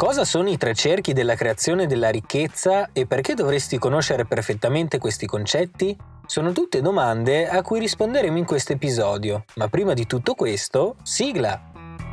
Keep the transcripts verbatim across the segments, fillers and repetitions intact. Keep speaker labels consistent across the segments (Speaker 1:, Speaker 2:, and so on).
Speaker 1: Cosa sono i tre cerchi della creazione della ricchezza e perché dovresti conoscere perfettamente questi concetti? Sono tutte domande a cui risponderemo in questo episodio, ma prima di tutto questo, sigla!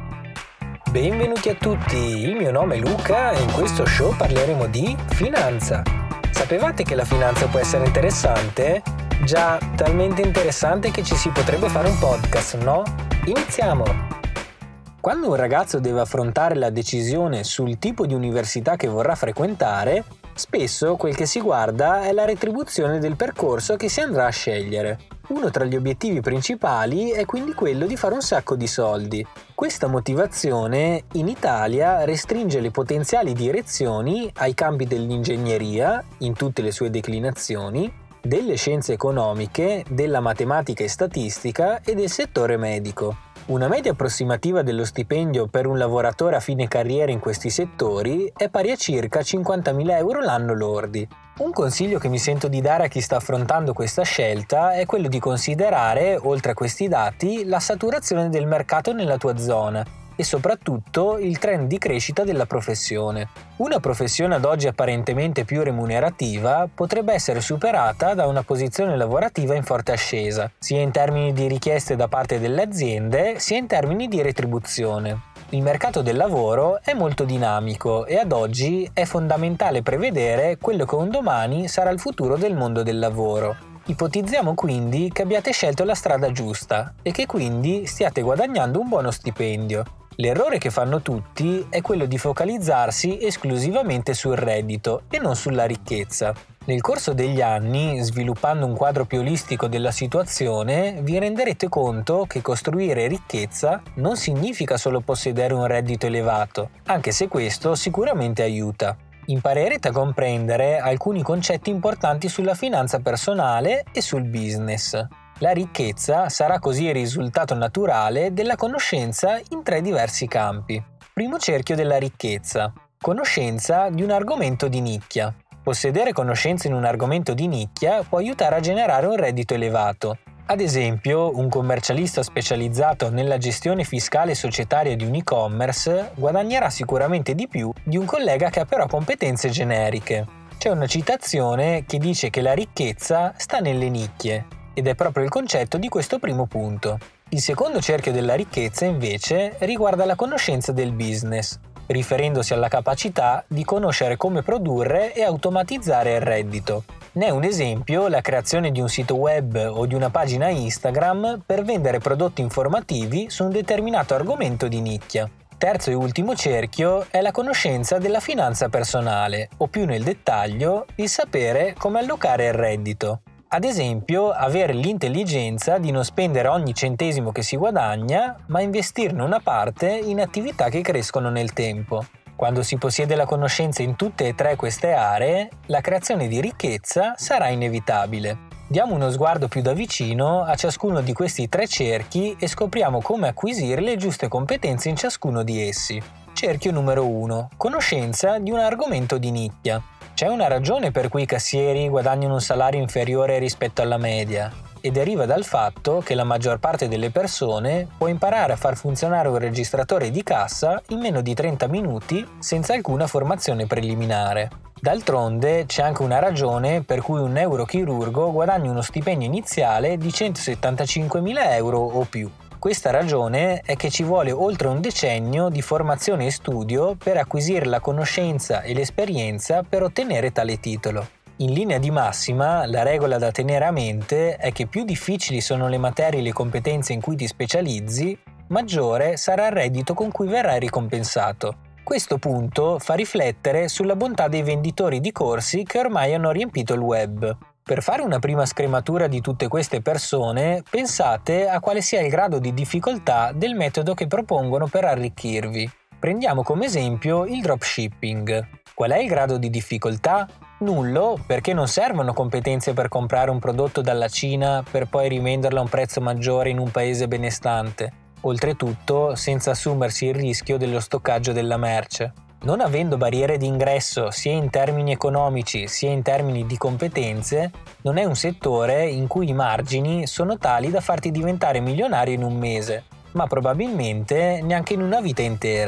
Speaker 1: Benvenuti a tutti, il mio nome è Luca e in questo show parleremo di finanza. Sapevate che la finanza può essere interessante? Già, talmente interessante che ci si potrebbe fare un podcast, no? Iniziamo! Quando un ragazzo deve affrontare la decisione sul tipo di università che vorrà frequentare, spesso quel che si guarda è la retribuzione del percorso che si andrà a scegliere. Uno tra gli obiettivi principali è quindi quello di fare un sacco di soldi. Questa motivazione in Italia restringe le potenziali direzioni ai campi dell'ingegneria, in tutte le sue declinazioni, delle scienze economiche, della matematica e statistica e del settore medico. Una media approssimativa dello stipendio per un lavoratore a fine carriera in questi settori è pari a circa cinquantamila euro l'anno lordi. Un consiglio che mi sento di dare a chi sta affrontando questa scelta è quello di considerare, oltre a questi dati, la saturazione del mercato nella tua zona e soprattutto il trend di crescita della professione. Una professione ad oggi apparentemente più remunerativa potrebbe essere superata da una posizione lavorativa in forte ascesa, sia in termini di richieste da parte delle aziende, sia in termini di retribuzione. Il mercato del lavoro è molto dinamico e ad oggi è fondamentale prevedere quello che un domani sarà il futuro del mondo del lavoro. Ipotizziamo quindi che abbiate scelto la strada giusta e che quindi stiate guadagnando un buono stipendio. L'errore che fanno tutti è quello di focalizzarsi esclusivamente sul reddito e non sulla ricchezza. Nel corso degli anni, sviluppando un quadro più olistico della situazione, vi renderete conto che costruire ricchezza non significa solo possedere un reddito elevato, anche se questo sicuramente aiuta. Imparerete a comprendere alcuni concetti importanti sulla finanza personale e sul business. La ricchezza sarà così il risultato naturale della conoscenza in tre diversi campi. Primo cerchio della ricchezza. Conoscenza di un argomento di nicchia. Possedere conoscenze in un argomento di nicchia può aiutare a generare un reddito elevato. Ad esempio, un commercialista specializzato nella gestione fiscale e societaria di un e-commerce guadagnerà sicuramente di più di un collega che ha però competenze generiche. C'è una citazione che dice che la ricchezza sta nelle nicchie. Ed è proprio il concetto di questo primo punto. Il secondo cerchio della ricchezza, invece, riguarda la conoscenza del business, riferendosi alla capacità di conoscere come produrre e automatizzare il reddito. Ne è un esempio la creazione di un sito web o di una pagina Instagram per vendere prodotti informativi su un determinato argomento di nicchia. Terzo e ultimo cerchio è la conoscenza della finanza personale, o più nel dettaglio, il sapere come allocare il reddito. Ad esempio, avere l'intelligenza di non spendere ogni centesimo che si guadagna, ma investirne una parte in attività che crescono nel tempo. Quando si possiede la conoscenza in tutte e tre queste aree, la creazione di ricchezza sarà inevitabile. Diamo uno sguardo più da vicino a ciascuno di questi tre cerchi e scopriamo come acquisire le giuste competenze in ciascuno di essi. Cerchio numero uno. Conoscenza di un argomento di nicchia. C'è una ragione per cui i cassieri guadagnano un salario inferiore rispetto alla media e deriva dal fatto che la maggior parte delle persone può imparare a far funzionare un registratore di cassa in meno di trenta minuti senza alcuna formazione preliminare. D'altronde c'è anche una ragione per cui un neurochirurgo guadagna uno stipendio iniziale di centosettantacinquemila euro o più. Questa ragione è che ci vuole oltre un decennio di formazione e studio per acquisire la conoscenza e l'esperienza per ottenere tale titolo. In linea di massima, la regola da tenere a mente è che più difficili sono le materie e le competenze in cui ti specializzi, maggiore sarà il reddito con cui verrai ricompensato. Questo punto fa riflettere sulla bontà dei venditori di corsi che ormai hanno riempito il web. Per fare una prima scrematura di tutte queste persone, pensate a quale sia il grado di difficoltà del metodo che propongono per arricchirvi. Prendiamo come esempio il dropshipping. Qual è il grado di difficoltà? Nullo, perché non servono competenze per comprare un prodotto dalla Cina per poi rivenderlo a un prezzo maggiore in un paese benestante. Oltretutto, senza assumersi il rischio dello stoccaggio della merce. Non avendo barriere di ingresso sia in termini economici sia in termini di competenze, non è un settore in cui i margini sono tali da farti diventare milionario in un mese, ma probabilmente neanche in una vita intera.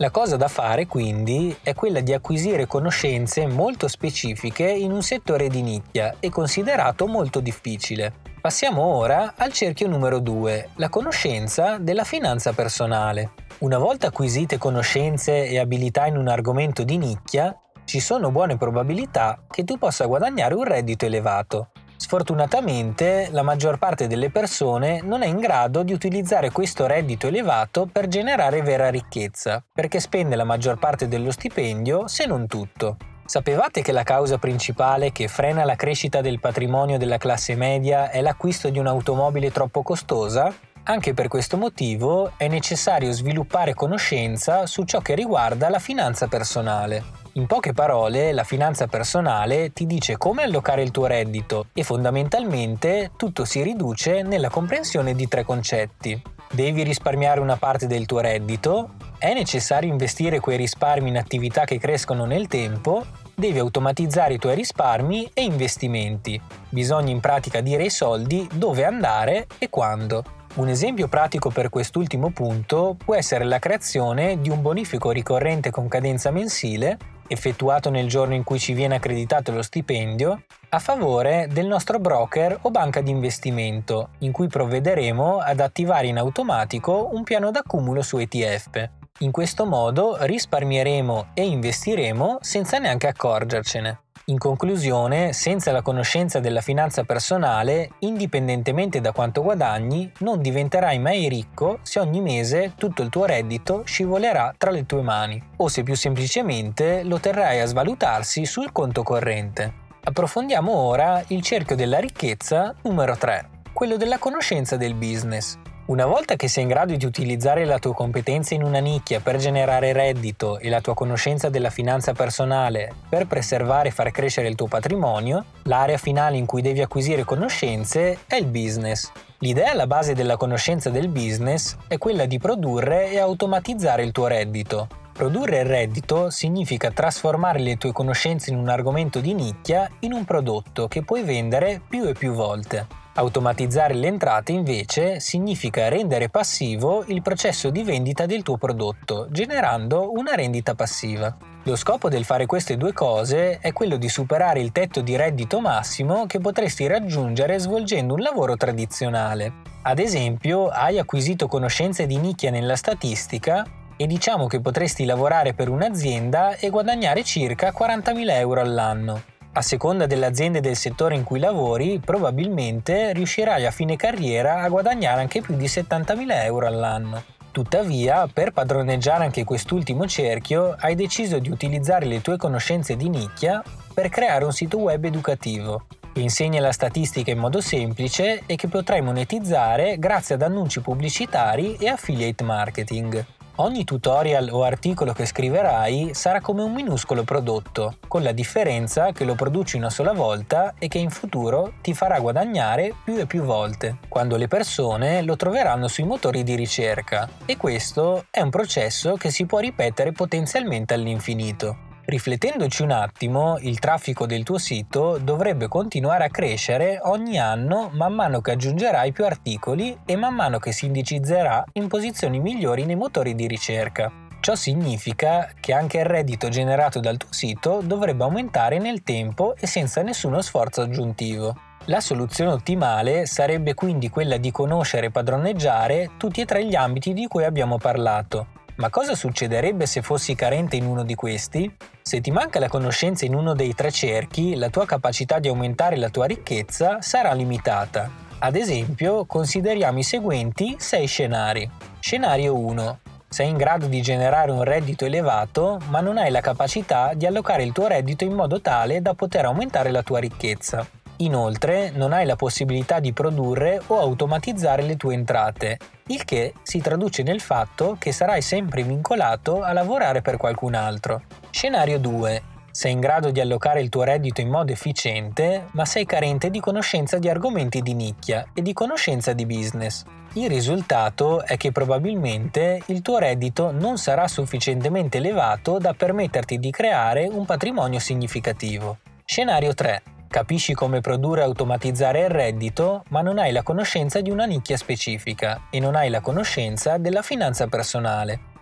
Speaker 1: La cosa da fare, quindi, è quella di acquisire conoscenze molto specifiche in un settore di nicchia e considerato molto difficile. Passiamo ora al cerchio numero due, la conoscenza della finanza personale. Una volta acquisite conoscenze e abilità in un argomento di nicchia, ci sono buone probabilità che tu possa guadagnare un reddito elevato. Sfortunatamente, la maggior parte delle persone non è in grado di utilizzare questo reddito elevato per generare vera ricchezza, perché spende la maggior parte dello stipendio, se non tutto. Sapevate che la causa principale che frena la crescita del patrimonio della classe media è l'acquisto di un'automobile troppo costosa? Anche per questo motivo è necessario sviluppare conoscenza su ciò che riguarda la finanza personale. In poche parole, la finanza personale ti dice come allocare il tuo reddito e fondamentalmente tutto si riduce nella comprensione di tre concetti. Devi risparmiare una parte del tuo reddito? È necessario investire quei risparmi in attività che crescono nel tempo? Devi automatizzare i tuoi risparmi e investimenti. Bisogna in pratica dire ai soldi dove andare e quando. Un esempio pratico per quest'ultimo punto può essere la creazione di un bonifico ricorrente con cadenza mensile, effettuato nel giorno in cui ci viene accreditato lo stipendio, a favore del nostro broker o banca di investimento, in cui provvederemo ad attivare in automatico un piano d'accumulo su E T F. In questo modo risparmieremo e investiremo senza neanche accorgercene. In conclusione, senza la conoscenza della finanza personale, indipendentemente da quanto guadagni, non diventerai mai ricco se ogni mese tutto il tuo reddito scivolerà tra le tue mani, o se più semplicemente lo terrai a svalutarsi sul conto corrente. Approfondiamo ora il cerchio della ricchezza numero tre, quello della conoscenza del business. Una volta che sei in grado di utilizzare la tua competenza in una nicchia per generare reddito e la tua conoscenza della finanza personale per preservare e far crescere il tuo patrimonio, l'area finale in cui devi acquisire conoscenze è il business. L'idea alla base della conoscenza del business è quella di produrre e automatizzare il tuo reddito. Produrre il reddito significa trasformare le tue conoscenze in un argomento di nicchia in un prodotto che puoi vendere più e più volte. Automatizzare le entrate invece significa rendere passivo il processo di vendita del tuo prodotto, generando una rendita passiva. Lo scopo del fare queste due cose è quello di superare il tetto di reddito massimo che potresti raggiungere svolgendo un lavoro tradizionale. Ad esempio, hai acquisito conoscenze di nicchia nella statistica e diciamo che potresti lavorare per un'azienda e guadagnare circa quarantamila euro all'anno. A seconda dell'azienda e del settore in cui lavori, probabilmente riuscirai a fine carriera a guadagnare anche più di settantamila euro all'anno. Tuttavia, per padroneggiare anche quest'ultimo cerchio, hai deciso di utilizzare le tue conoscenze di nicchia per creare un sito web educativo, che insegna la statistica in modo semplice e che potrai monetizzare grazie ad annunci pubblicitari e affiliate marketing. Ogni tutorial o articolo che scriverai sarà come un minuscolo prodotto, con la differenza che lo produci una sola volta e che in futuro ti farà guadagnare più e più volte, quando le persone lo troveranno sui motori di ricerca. E questo è un processo che si può ripetere potenzialmente all'infinito. Riflettendoci un attimo, il traffico del tuo sito dovrebbe continuare a crescere ogni anno man mano che aggiungerai più articoli e man mano che si indicizzerà in posizioni migliori nei motori di ricerca. Ciò significa che anche il reddito generato dal tuo sito dovrebbe aumentare nel tempo e senza nessuno sforzo aggiuntivo. La soluzione ottimale sarebbe quindi quella di conoscere e padroneggiare tutti e tre gli ambiti di cui abbiamo parlato. Ma cosa succederebbe se fossi carente in uno di questi? Se ti manca la conoscenza in uno dei tre cerchi, la tua capacità di aumentare la tua ricchezza sarà limitata. Ad esempio, consideriamo i seguenti sei scenari. Scenario uno. Sei in grado di generare un reddito elevato, ma non hai la capacità di allocare il tuo reddito in modo tale da poter aumentare la tua ricchezza. Inoltre, non hai la possibilità di produrre o automatizzare le tue entrate, il che si traduce nel fatto che sarai sempre vincolato a lavorare per qualcun altro. Scenario due. Sei in grado di allocare il tuo reddito in modo efficiente, ma sei carente di conoscenza di argomenti di nicchia e di conoscenza di business. Il risultato è che probabilmente il tuo reddito non sarà sufficientemente elevato da permetterti di creare un patrimonio significativo. Scenario tre. Capisci come produrre e automatizzare il reddito, ma non hai la conoscenza di una nicchia specifica e non hai la conoscenza della finanza personale.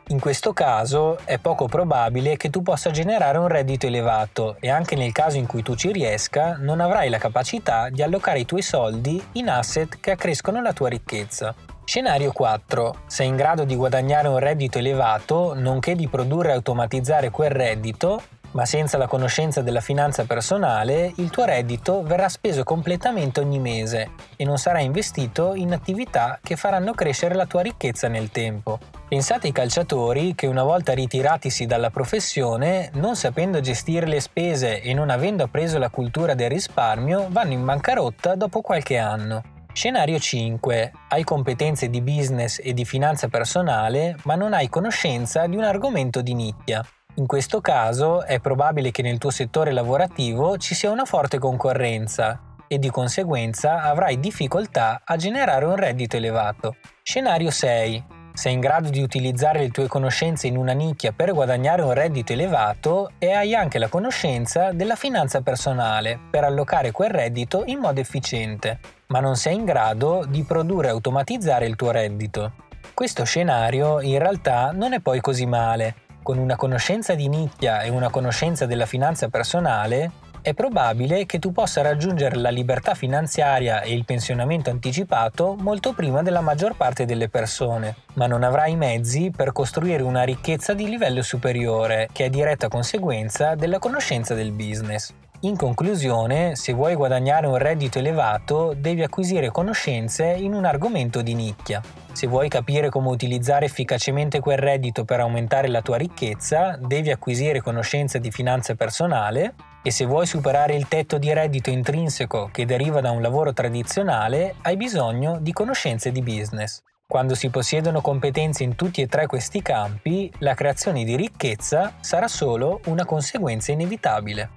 Speaker 1: In questo caso è poco probabile che tu possa generare un reddito elevato e anche nel caso in cui tu ci riesca non avrai la capacità di allocare i tuoi soldi in asset che accrescono la tua ricchezza. Scenario quattro. Sei in grado di guadagnare un reddito elevato, nonché di produrre e automatizzare quel reddito, ma senza la conoscenza della finanza personale, il tuo reddito verrà speso completamente ogni mese e non sarà investito in attività che faranno crescere la tua ricchezza nel tempo. Pensate ai calciatori che una volta ritiratisi dalla professione, non sapendo gestire le spese e non avendo appreso la cultura del risparmio, vanno in bancarotta dopo qualche anno. Scenario cinque. Hai competenze di business e di finanza personale, ma non hai conoscenza di un argomento di nicchia. In questo caso è probabile che nel tuo settore lavorativo ci sia una forte concorrenza e di conseguenza avrai difficoltà a generare un reddito elevato. Scenario sei. Sei in grado di utilizzare le tue conoscenze in una nicchia per guadagnare un reddito elevato e hai anche la conoscenza della finanza personale per allocare quel reddito in modo efficiente, ma non sei in grado di produrre e automatizzare il tuo reddito. Questo scenario in realtà non è poi così male. Con una conoscenza di nicchia e una conoscenza della finanza personale, è probabile che tu possa raggiungere la libertà finanziaria e il pensionamento anticipato molto prima della maggior parte delle persone, ma non avrai i mezzi per costruire una ricchezza di livello superiore, che è diretta conseguenza della conoscenza del business. In conclusione, se vuoi guadagnare un reddito elevato, devi acquisire conoscenze in un argomento di nicchia. Se vuoi capire come utilizzare efficacemente quel reddito per aumentare la tua ricchezza, devi acquisire conoscenze di finanza personale e se vuoi superare il tetto di reddito intrinseco che deriva da un lavoro tradizionale, hai bisogno di conoscenze di business. Quando si possiedono competenze in tutti e tre questi campi, la creazione di ricchezza sarà solo una conseguenza inevitabile.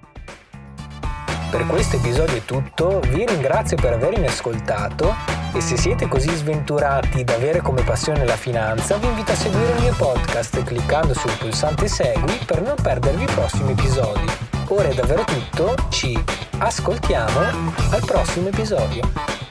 Speaker 1: Per questo episodio è tutto, vi ringrazio per avermi ascoltato e se siete così sventurati da avere come passione la finanza, vi invito a seguire il mio podcast cliccando sul pulsante Segui per non perdervi i prossimi episodi. Ora è davvero tutto, ci ascoltiamo al prossimo episodio.